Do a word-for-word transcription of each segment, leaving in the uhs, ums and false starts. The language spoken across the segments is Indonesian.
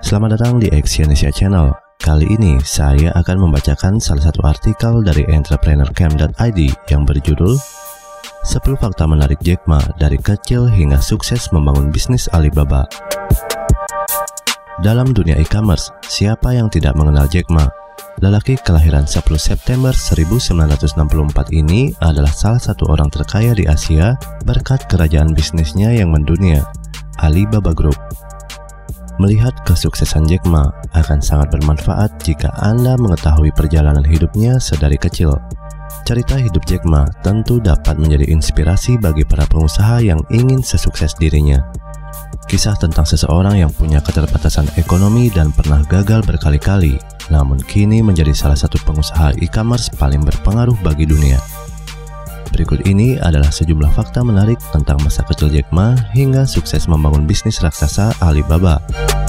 Selamat datang di Exyonesia Channel. Kali ini saya akan membacakan salah satu artikel dari entrepreneur camp dot i d yang berjudul sepuluh Fakta Menarik Jack Ma dari Kecil Hingga Sukses Membangun Bisnis Alibaba. Dalam dunia e-commerce, siapa yang tidak mengenal Jack Ma? Lelaki kelahiran sepuluh September seribu sembilan ratus enam puluh empat ini adalah salah satu orang terkaya di Asia berkat kerajaan bisnisnya yang mendunia, Alibaba Group. Melihat kesuksesan Jack Ma akan sangat bermanfaat jika Anda mengetahui perjalanan hidupnya sedari kecil. Cerita hidup Jack Ma tentu dapat menjadi inspirasi bagi para pengusaha yang ingin sesukses dirinya. Kisah tentang seseorang yang punya keterbatasan ekonomi dan pernah gagal berkali-kali, namun kini menjadi salah satu pengusaha e-commerce paling berpengaruh bagi dunia. Berikut ini adalah sejumlah fakta menarik tentang masa kecil Jack Ma hingga sukses membangun bisnis raksasa Alibaba.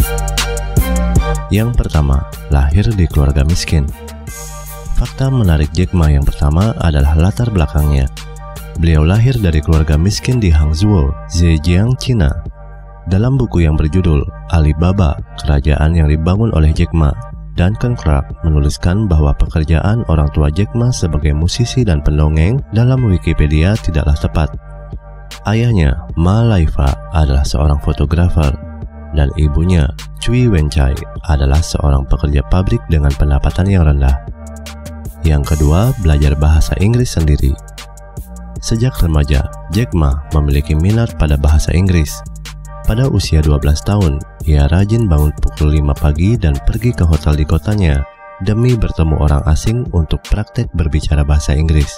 Yang pertama, lahir di keluarga miskin. Fakta menarik Jack Ma yang pertama adalah latar belakangnya. Beliau lahir dari keluarga miskin di Hangzhou, Zhejiang, Cina. Dalam buku yang berjudul Alibaba, Kerajaan yang Dibangun oleh Jack Ma, Duncan Clark menuliskan bahwa pekerjaan orang tua Jack Ma sebagai musisi dan pendongeng dalam Wikipedia tidaklah tepat. Ayahnya, Ma Laifa, adalah seorang fotografer, dan ibunya, Cui Wencai, adalah seorang pekerja pabrik dengan pendapatan yang rendah. Yang kedua, belajar bahasa Inggris sendiri. Sejak remaja, Jack Ma memiliki minat pada bahasa Inggris. Pada usia dua belas tahun, ia rajin bangun pukul lima pagi dan pergi ke hotel di kotanya demi bertemu orang asing untuk praktek berbicara bahasa Inggris.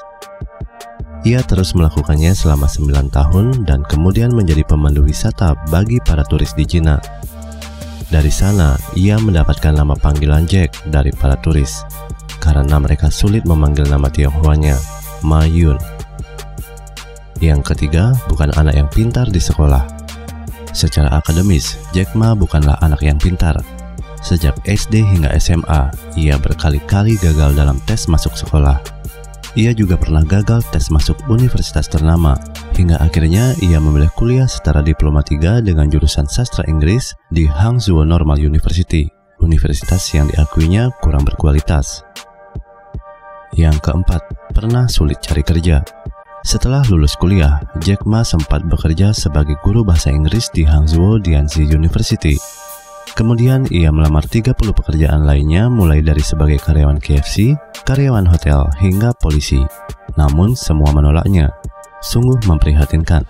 Ia terus melakukannya selama sembilan tahun dan kemudian menjadi pemandu wisata bagi para turis di Cina. Dari sana, ia mendapatkan nama panggilan Jack dari para turis karena mereka sulit memanggil nama Tionghoanya, Ma Yun. Yang ketiga, bukan anak yang pintar di sekolah. Secara akademis, Jack Ma bukanlah anak yang pintar. Sejak S D hingga S M A, ia berkali-kali gagal dalam tes masuk sekolah. Ia juga pernah gagal tes masuk universitas ternama, hingga akhirnya ia memilih kuliah setara diploma tiga dengan jurusan sastra Inggris di Hangzhou Normal University, universitas yang diakuinya kurang berkualitas. Yang keempat, pernah sulit cari kerja. Setelah lulus kuliah, Jack Ma sempat bekerja sebagai guru bahasa Inggris di Hangzhou Dianzi University. Kemudian ia melamar tiga puluh pekerjaan lainnya mulai dari sebagai karyawan K F C, karyawan hotel, hingga polisi. Namun semua menolaknya. Sungguh memprihatinkan.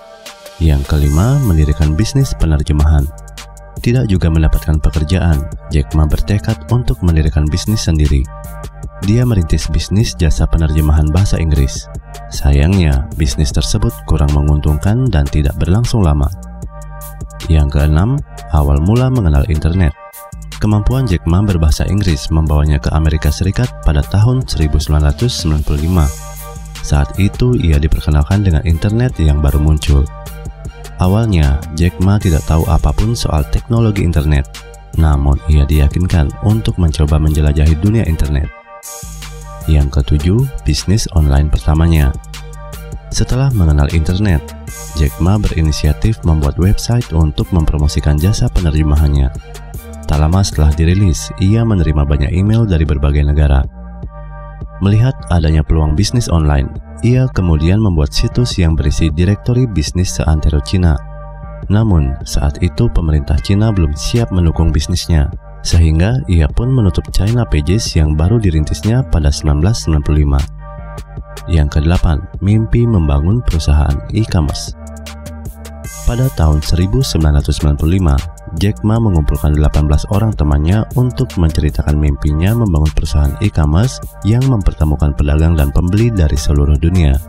Yang kelima, mendirikan bisnis penerjemahan. Tidak juga mendapatkan pekerjaan, Jack Ma bertekad untuk mendirikan bisnis sendiri. Dia merintis bisnis jasa penerjemahan bahasa Inggris. Sayangnya, bisnis tersebut kurang menguntungkan dan tidak berlangsung lama. Yang keenam, awal mula mengenal internet. Kemampuan Jack Ma berbahasa Inggris membawanya ke Amerika Serikat pada tahun seribu sembilan ratus sembilan puluh lima. Saat itu ia diperkenalkan dengan internet yang baru muncul. Awalnya, Jack Ma tidak tahu apapun soal teknologi internet. Namun ia diyakinkan untuk mencoba menjelajahi dunia internet. Yang ketujuh, bisnis online pertamanya. Setelah mengenal internet, Jack Ma berinisiatif membuat website untuk mempromosikan jasa penerjemahannya. Tak lama setelah dirilis, ia menerima banyak email dari berbagai negara. Melihat adanya peluang bisnis online, ia kemudian membuat situs yang berisi direktori bisnis seantero Cina. Namun, saat itu pemerintah Cina belum siap mendukung bisnisnya, sehingga ia pun menutup China Pages yang baru dirintisnya pada seribu sembilan ratus sembilan puluh lima. Yang kedelapan, mimpi membangun perusahaan e-commerce. Pada tahun seribu sembilan ratus sembilan puluh lima, Jack Ma mengumpulkan delapan belas orang temannya untuk menceritakan mimpinya membangun perusahaan e-commerce yang mempertemukan pedagang dan pembeli dari seluruh dunia.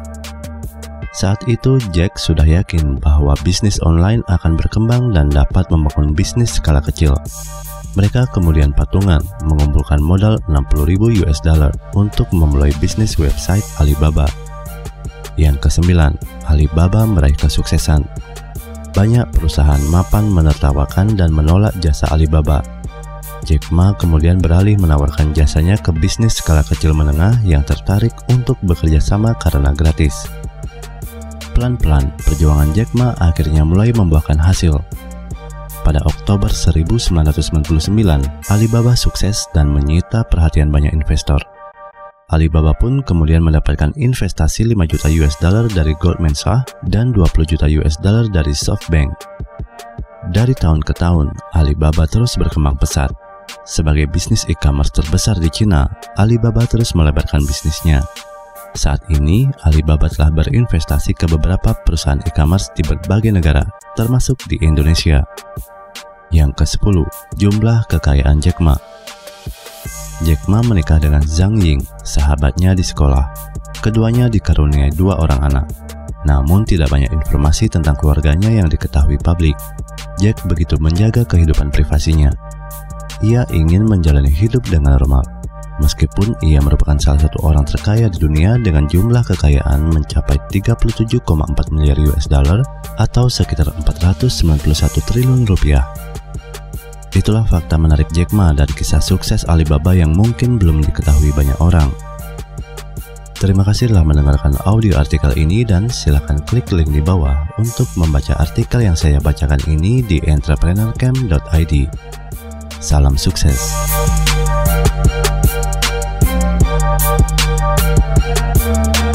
Saat itu, Jack sudah yakin bahwa bisnis online akan berkembang dan dapat membangun bisnis skala kecil. Mereka kemudian patungan mengumpulkan modal enam puluh ribu U S dollar untuk memulai bisnis website Alibaba. Yang kesembilan, Alibaba meraih kesuksesan. Banyak perusahaan mapan menertawakan dan menolak jasa Alibaba. Jack Ma kemudian beralih menawarkan jasanya ke bisnis skala kecil menengah yang tertarik untuk bekerja sama karena gratis. Pelan-pelan, perjuangan Jack Ma akhirnya mulai membuahkan hasil. pada Oktober seribu sembilan ratus sembilan puluh sembilan, Alibaba sukses dan menyita perhatian banyak investor. Alibaba pun kemudian mendapatkan investasi lima juta U S dollar dari Goldman Sachs dan dua puluh juta U S dollar dari SoftBank. Dari tahun ke tahun, Alibaba terus berkembang pesat. Sebagai bisnis e-commerce terbesar di Cina, Alibaba terus melebarkan bisnisnya. Saat ini, Alibaba telah berinvestasi ke beberapa perusahaan e-commerce di berbagai negara, termasuk di Indonesia. Yang kesepuluh, jumlah kekayaan Jack Ma. Jack Ma menikah dengan Zhang Ying, sahabatnya di sekolah. Keduanya dikaruniai dua orang anak. Namun tidak banyak informasi tentang keluarganya yang diketahui publik. Jack begitu menjaga kehidupan privasinya. Ia ingin menjalani hidup dengan normal. Meskipun ia merupakan salah satu orang terkaya di dunia dengan jumlah kekayaan mencapai tiga puluh tujuh koma empat miliar U S dollar atau sekitar empat ratus sembilan puluh satu triliun rupiah. Itulah fakta menarik Jack Ma dari kisah sukses Alibaba yang mungkin belum diketahui banyak orang. Terima kasih telah mendengarkan audio artikel ini dan silakan klik link di bawah untuk membaca artikel yang saya bacakan ini di entrepreneur camp dot i d. Salam sukses.